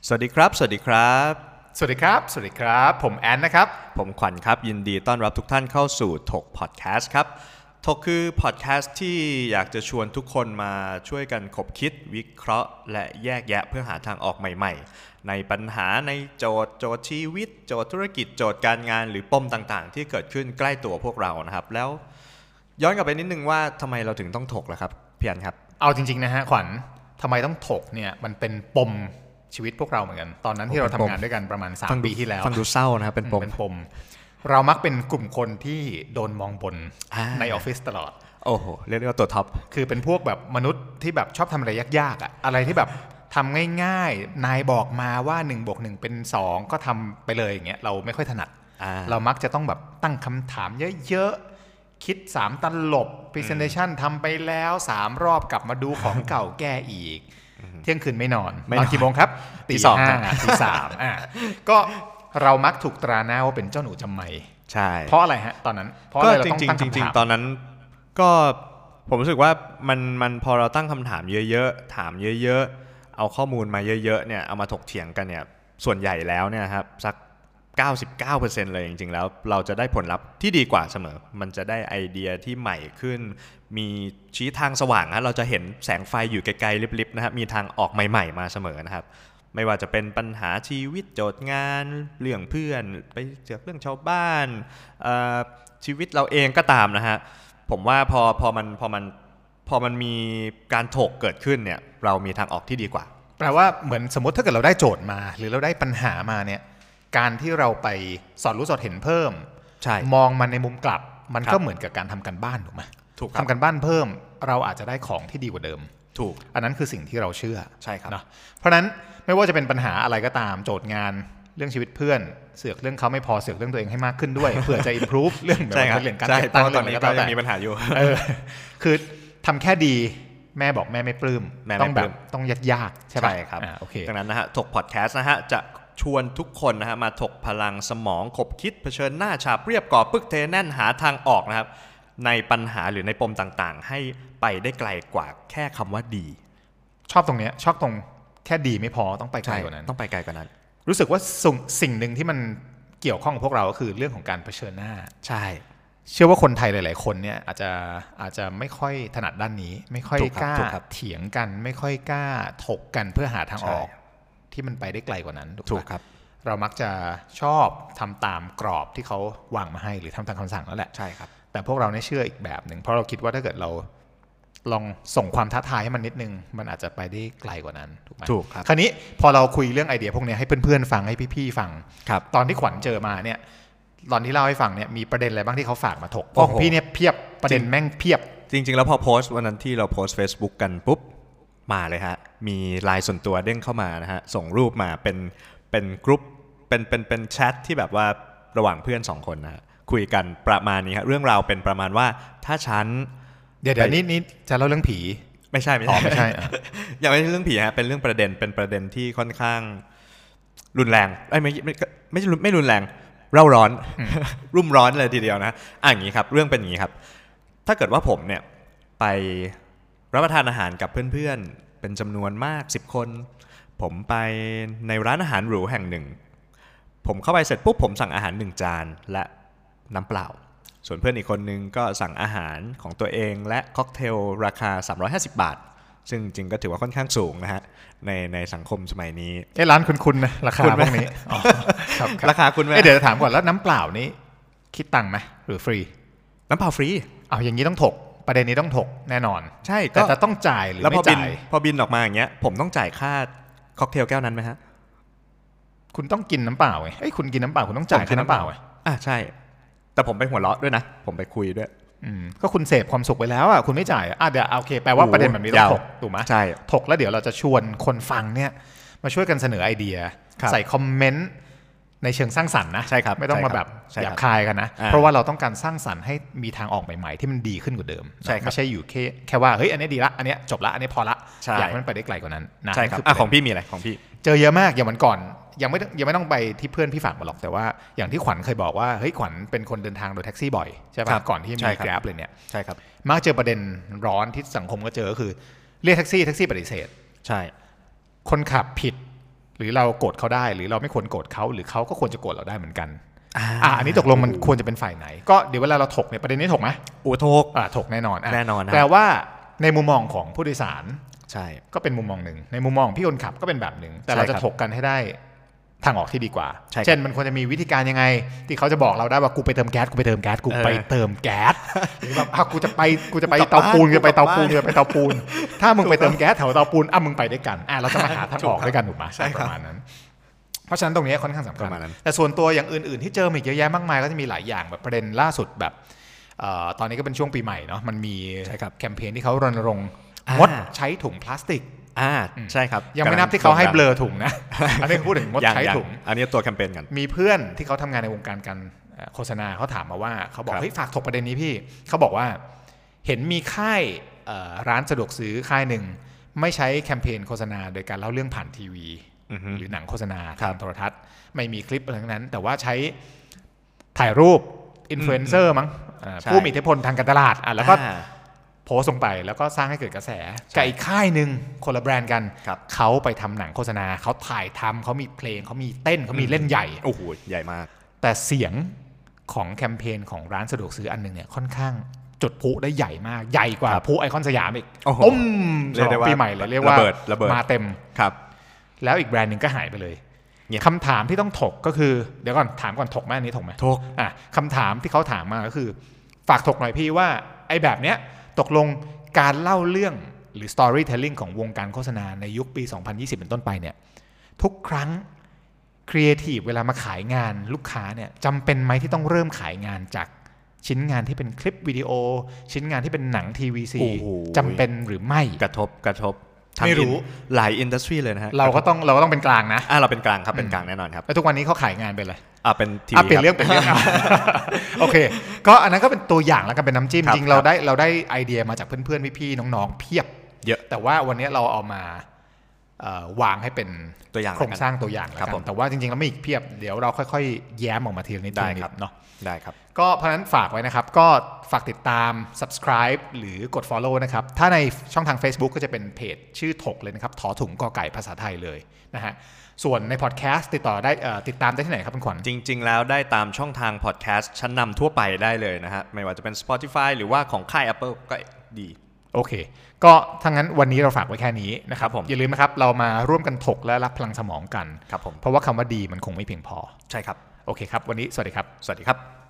สวัสดีครับสวัสดีครับสวัสดีครับสวัสดีครับผมแอนนะครับผมขวัญครับยินดีต้อนรับทุกท่านเข้าสู่ถกพอดแคสต์ครับถกคือพอดแคสต์ที่อยากจะชวนทุกคนมาช่วยกันคบคิดวิเคราะห์และแยกแยะเพื่อหาทางออกใหม่ๆในปัญหาในโจทย์ชีวิตโจทย์ธุรกิจโจทย์การงานหรือปมต่างๆที่เกิดขึ้นใกล้ตัวพวกเรานะครับแล้วย้อนกลับไปนิดนึงว่าทำไมเราถึงต้องถกล่ะครับพี่อันครับเอาจริงๆนะฮะขวัญทำไมต้องถกเนี่ยมันเป็นปมชีวิตพวกเราเหมือนกันตอนนั้นที่เราทำงานด้วยกันประมาณ3 ปีที่แล้วฟังดูเศร้านะครับเป็นปมเรามักเป็นกลุ่มคนที่โดนมองบนในออฟฟิศตลอดโอ้โหเรียกว่าตัวท็อปคือเป็นพวกแบบมนุษย์ที่แบบชอบทำอะไรยากๆอะอะไรที่แบบทำง่ายๆนายบอกมาว่า1+1เป็น2ก็ทำไปเลยอย่างเงี้ยเราไม่ค่อยถนัดเรามักจะต้องแบบตั้งคำถามเยอะๆคิด3ตลบ presentation ทำไปแล้ว3รอบกลับมาดูของเก่าแก้อีกเที่ยงคืนไม่นอนกี่โมงครับตีสองตีสามก็เรามักถูกตราหน้าว่าเป็นเจ้าหนูจำไม่ใช่เพราะอะไรฮะตอนนั้นเพราะอะไรเราต้องตั้งคำถามตอนนั้นก็ผมรู้สึกว่ามันพอเราตั้งคำถามเยอะๆถามเยอะๆเอาข้อมูลมาเยอะๆเนี่ยเอามาถกเถียงกันเนี่ยส่วนใหญ่แล้วเนี่ยครับสัก 99% เลยจริงๆแล้วเราจะได้ผลลัพธ์ที่ดีกว่าเสมอมันจะได้ไอเดียที่ใหม่ขึ้นมีชี้ทางสว่างนะเราจะเห็นแสงไฟอยู่ไกลๆลิบๆนะครับมีทางออกใหม่ๆมาเสมอนะครับไม่ว่าจะเป็นปัญหาชีวิตโจทย์งานเรื่องเพื่อนไปเจอเรื่องชาวบ้านชีวิตเราเองก็ตามนะฮะผมว่าพอมันมีการถกเกิดขึ้นเนี่ยเรามีทางออกที่ดีกว่าแปลว่าเหมือนสมมติถ้าเกิดเราได้โจทย์มาหรือเราได้ปัญหามาเนี่ยการที่เราไปสอดรู้สอดเห็นเพิ่มมองมันในมุมกลับมันก็เหมือนกับการทำการบ้านถูกไหมทำการบ้านเพิ่มเราอาจจะได้ของที่ดีกว่าเดิมถูกอันนั้นคือสิ่งที่เราเชื่อใช่ครับนะเพราะนั้นไม่ว่าจะเป็นปัญหาอะไรก็ตามโจทย์งานเรื่องชีวิตเพื่อนเสือกเรื่องเขาไม่พอเสือกเรื่องตัวเองให้มากขึ้นด้วยเพื่อจะ improve เรื่องแบบเรื่องการจัดตั้งตอนนี้ก็ยังมีปัญหาอยู่คือทำแค่ดีแม่บอกแม่ไม่ปลื้มต้องแบบต้องยากๆใช่ไหมครับโอเคดังนั้นนะฮะถกพอดแคสต์นะฮะจะชวนทุกคนนะฮะมาถกพลังสมองคบคิดเผชิญหน้าฉาบเรียบก่อปึกเทแน่นหาทางออกนะครับในปัญหาหรือในปมต่างๆให้ไปได้ไกลกว่าแค่คำว่าดีชอบตรงเนี้ยชอบตรงแค่ดีไม่พอต้องไปไกลกว่านั้นต้องไปไกลกว่านั้นรู้สึกว่าสิ่งหนึ่งที่มันเกี่ยวข้องกับพวกเราก็คือเรื่องของการเผชิญหน้าใช่เชื่อว่าคนไทยหลายๆคนเนี่ยอาจจะไม่ค่อยถนัดด้านนี้ไม่ค่อยกล้าเถียงกันไม่ค่อยกล้าถกกันเพื่อหาทางออกที่มันไปได้ไกลกว่านั้นถูกครับเรามักจะชอบทำตามกรอบที่เขาวางมาให้หรือทำตามคำสั่งนั่นแหละใช่ครับแต่พวกเราเนี่ยเชื่ออีกแบบหนึ่งเพราะเราคิดว่าถ้าเกิดเราลองส่งความท้าทายให้มันนิดนึงมันอาจจะไปได้ไกลกว่านั้นถูกไหมถูกครับคราวนี้พอเราคุยเรื่องไอเดียพวกนี้ให้เพื่อนๆฟังให้พี่ๆฟังตอนที่ขวัญเจอมาเนี่ยตอนที่เล่าให้ฟังเนี่ยมีประเด็นอะไรบ้างที่เขาฝากมาถกเพราะของพี่เนี่ยเพียบประเด็นแม่งเพียบจริงๆแล้วพอโพสต์วันนั้นที่เราโพสต์ Facebook กันปุ๊บมาเลยฮะมีไลน์ส่วนตัวเด้งเข้ามานะฮะส่งรูปมาเป็นกรุ๊ปเป็นแชทที่แบบว่าระหว่างเพื่อน2คนนะคุยกันประมาณนี้ครับเรื่องราวเป็นประมาณว่าถ้าฉันเดี๋ยวนี่จะเล่าเรื่องผีไม่ใช่ยังไม่ใช่เรื่องผีฮะเป็นเรื่องประเด็นที่ค่อนข้างรุนแรงไม่รุนแรงเร่าร้อนรุ่มร้อนเลยทีเดียวนะอย่างนี้ครับเรื่องเป็นอย่างนี้ครับถ้าเกิดว่าผมเนี่ยไปรับประทานอาหารกับเพื่อนๆเป็นจำนวนมาก10 คนผมไปในร้านอาหารหรูแห่งหนึ่งผมเข้าไปเสร็จปุ๊บผมสั่งอาหาร1 จานและน้ำเปล่าส่วนเพื่อนอีกคนนึงก็สั่งอาหารของตัวเองและค็อกเทลราคา350 บาทซึ่งจริงก็ถือว่าค่อนข้างสูงนะฮะในสังคมสมัยนี้ร้านคุณนะราคาพวกนี้ราคาคุณไหมเดี๋ยวถามก่อนแล้วน้ำเปล่านี้คิดตังค์ไหมหรือฟรีน้ำเปล่าฟรีอย่างนี้ต้องถกประเด็นนี้ต้องถกแน่นอนใช่แต่จะต้องจ่ายหรือไม่จ่ายพอบินออกมาอย่างเงี้ยผมต้องจ่ายค่าค็อกเทลแก้วนั้นไหมฮะคุณต้องกินน้ำเปล่าไงคุณกินน้ำเปล่าคุณต้องจ่ายค่าน้ำเปล่าไงใช่แต่ผมไปหัวเราะด้วยนะผมไปคุยด้วยก็คุณเสพความสุขไปแล้วคุณไม่จ่ายเดี๋ยวโอเคแปลว่าประเด็นแบบนี้ต้องถกถูกไหมใช่ถกแล้วเดี๋ยวเราจะชวนคนฟังเนี่ยมาช่วยกันเสนอไอเดียใส่คอมเมนต์ในเชิงสร้างสรรค์นะใช่ครับไม่ต้องมาแบบหยาบคายกันนะเพราะว่าเราต้องการสร้างสรรค์ให้มีทางออกใหม่ๆที่มันดีขึ้นกว่าเดิมไม่ใช่อยู่แค่ว่าเฮ้ยอันนี้ดีละอันนี้จบละอันนี้พอละอยากให้มันไปได้ไกลกว่านั้นนะใช่ครับของพี่มีอะไรของพี่เจอเยอะมากอย่างวันก่อนยังไม่ต้องไปที่เพื่อนพี่ฝากมาหรอกแต่ว่าอย่างที่ขวัญเคยบอกว่าเฮ้ยขวัญเป็นคนเดินทางโดยแท็กซี่บ่อยใช่ป่ะก่อนที่มี Grab เลยเนี่ยใช่ครับมักเจอประเด็นร้อนที่สังคมก็เจอก็คือเรียกแท็กซี่ปฏิเสธใช่คนขับผิดหรือเราโกรธเขาได้หรือเราไม่ควรโกรธเขาหรือเขาก็ควรจะโกรธเราได้เหมือนกันอันนี้ตกลงมันควรจะเป็นฝ่ายไหนก็เดี๋ยวเวลาเราถกเนี่ยประเด็นนี้ถกไหมถกถกแน่นอนแน่นอนแต่ว่าในมุมมองของผู้โดยสารใช่ก็เป็นมุมมองหนึ่งในมุมมองพี่คนขับก็เป็นแบบหนึ่งแต่เราจะถกกันให้ได้ทางออกที่ดีกว่าเช่นมันควรจะมีวิธีการยังไงที่เขาจะบอกเราได้ว่ากูไปเติมแก๊สกูไปเติมแก๊สกูไปเติมแก๊สหรือแบบกูจะไปเตาปูนไปเตาปูนถ้ามึงไปเติมแก๊สแถวเตาปูนมึงไปด้วยกันเราจะมาหาทางออกด้วยกันถูกไหมประมาณนั้นเพราะฉะนั้นตรงนี้ค่อนข้างสำคัญแต่ส่วนตัวอย่างอื่นๆที่เจออีกเยอะแยะมากมายก็จะมีหลายอย่างแบบประเด็นล่าสุดแบบตอนนี้ก็เป็นช่วงปีใหม่เนาะมันมีแคมเปญที่เขารณรงค์งดใช้ถุงพลาสติกใช่ครับยังไม่นับที่เขาให้เบลอถุงนะอันนี้พูดถึงงดใช้ถุงอันนี้ตัวแคมเปญกันมีเพื่อนที่เขาทำงานในวงการการโฆษณาเขาถามมาว่าเขาบอกเฮ้ยฝากถกประเด็นนี้พี่เขาบอกว่าเห็นมีค่ายร้านสะดวกซื้อค่ายหนึ่งไม่ใช้แคมเปญโฆษณาโดยการเล่าเรื่องผ่านทีวีหรือหนังโฆษณาทางโทรทัศน์ไม่มีคลิปอะไรทั้งนั้นแต่ว่าใช้ถ่ายรูปอินฟลูเอนเซอร์มั้งผู้มีอิทธิพลทางการตลาดแล้วก็โพสต์ลงไปแล้วก็สร้างให้เกิดกระแสกับอีกค่ายหนึ่งคนละแบรนด์กันเขาไปทำหนังโฆษณาเขาถ่ายทำเขามีเพลงเขามีเต้นเขามีเล่นใหญ่โอ้โหใหญ่มากแต่เสียงของแคมเปญของร้านสะดวกซื้ออันนึงเนี่ยค่อนข้างจุดพลุได้ใหญ่มากใหญ่กว่าพลุไอคอนสยามอีกปีใหม่เลยเรียกว่ามาเต็มครับแล้วอีกแบรนด์หนึ่งก็หายไปเลยคำถามที่ต้องถกก็คือเดี๋ยวก่อนถามก่อนถกไหมอันนี้ถกไหมถกคำถามที่เขาถามมาก็คือฝากถกหน่อยพี่ว่าไอ้แบบเนี้ยตกลงการเล่าเรื่องหรือ storytelling ของวงการโฆษณาในยุคปี2020เป็นต้นไปเนี่ยทุกครั้งครีเอทีฟเวลามาขายงานลูกค้าเนี่ยจำเป็นไหมที่ต้องเริ่มขายงานจากชิ้นงานที่เป็นคลิปวิดีโอชิ้นงานที่เป็นหนังทีวีซีจำเป็นหรือไม่กระทบไม่รู้หลายอินดัสทรีเลยนะฮะเราก็ต้องเป็นกลางนะเราเป็นกลางครับเป็นกลางแน่นอนครับแล้วทุกวันนี้เขาขายงานเป็นอะไรเป็นทีวีเปลี่ยนเรื่องโอเคก็อันนั้นก็เป็นตัวอย่างแล้วกันเป็นน้ำจิ้มจริงเราได้ไอเดียมาจากเพื่อนๆพี่ๆน้องๆเพียบเยอะแต่ว่าวันนี้เราเอามาวางให้เป็นตัวอย่างโครงสร้างตัวอย่างแล้วกันแต่ว่าจริงๆแล้วไม่อีกเพียบเดี๋ยวเราค่อยๆแย้มออกมาทีละนิดเนาะได้ครับก็เพราะฉะนั้นฝากไว้นะครับก็ฝากติดตาม subscribe หรือกด follow นะครับถ้าในช่องทาง Facebook ก็จะเป็นเพจชื่อถกเลยนะครับถอถุงกอไก่ภาษาไทยเลยนะฮะส่วนในพอดแคสต์ติดตามได้ที่ไหนครับคุณขวัญจริงๆแล้วได้ตามช่องทางพอดแคสต์ชั้นนำทั่วไปได้เลยนะฮะไม่ว่าจะเป็น Spotify หรือว่าของค่าย Apple ก็ดีโอเคก็ถ้างั้นวันนี้เราฝากไว้แค่นี้นะครับผมอย่าลืมนะครับเรามาร่วมกันถกและรับพลังสมองกันครับผมเพราะว่าคำว่าดีมันคงไม่เพียงพอใช่ครับโอเคครับวันนี้สวัสดีครับสวัสดีครับ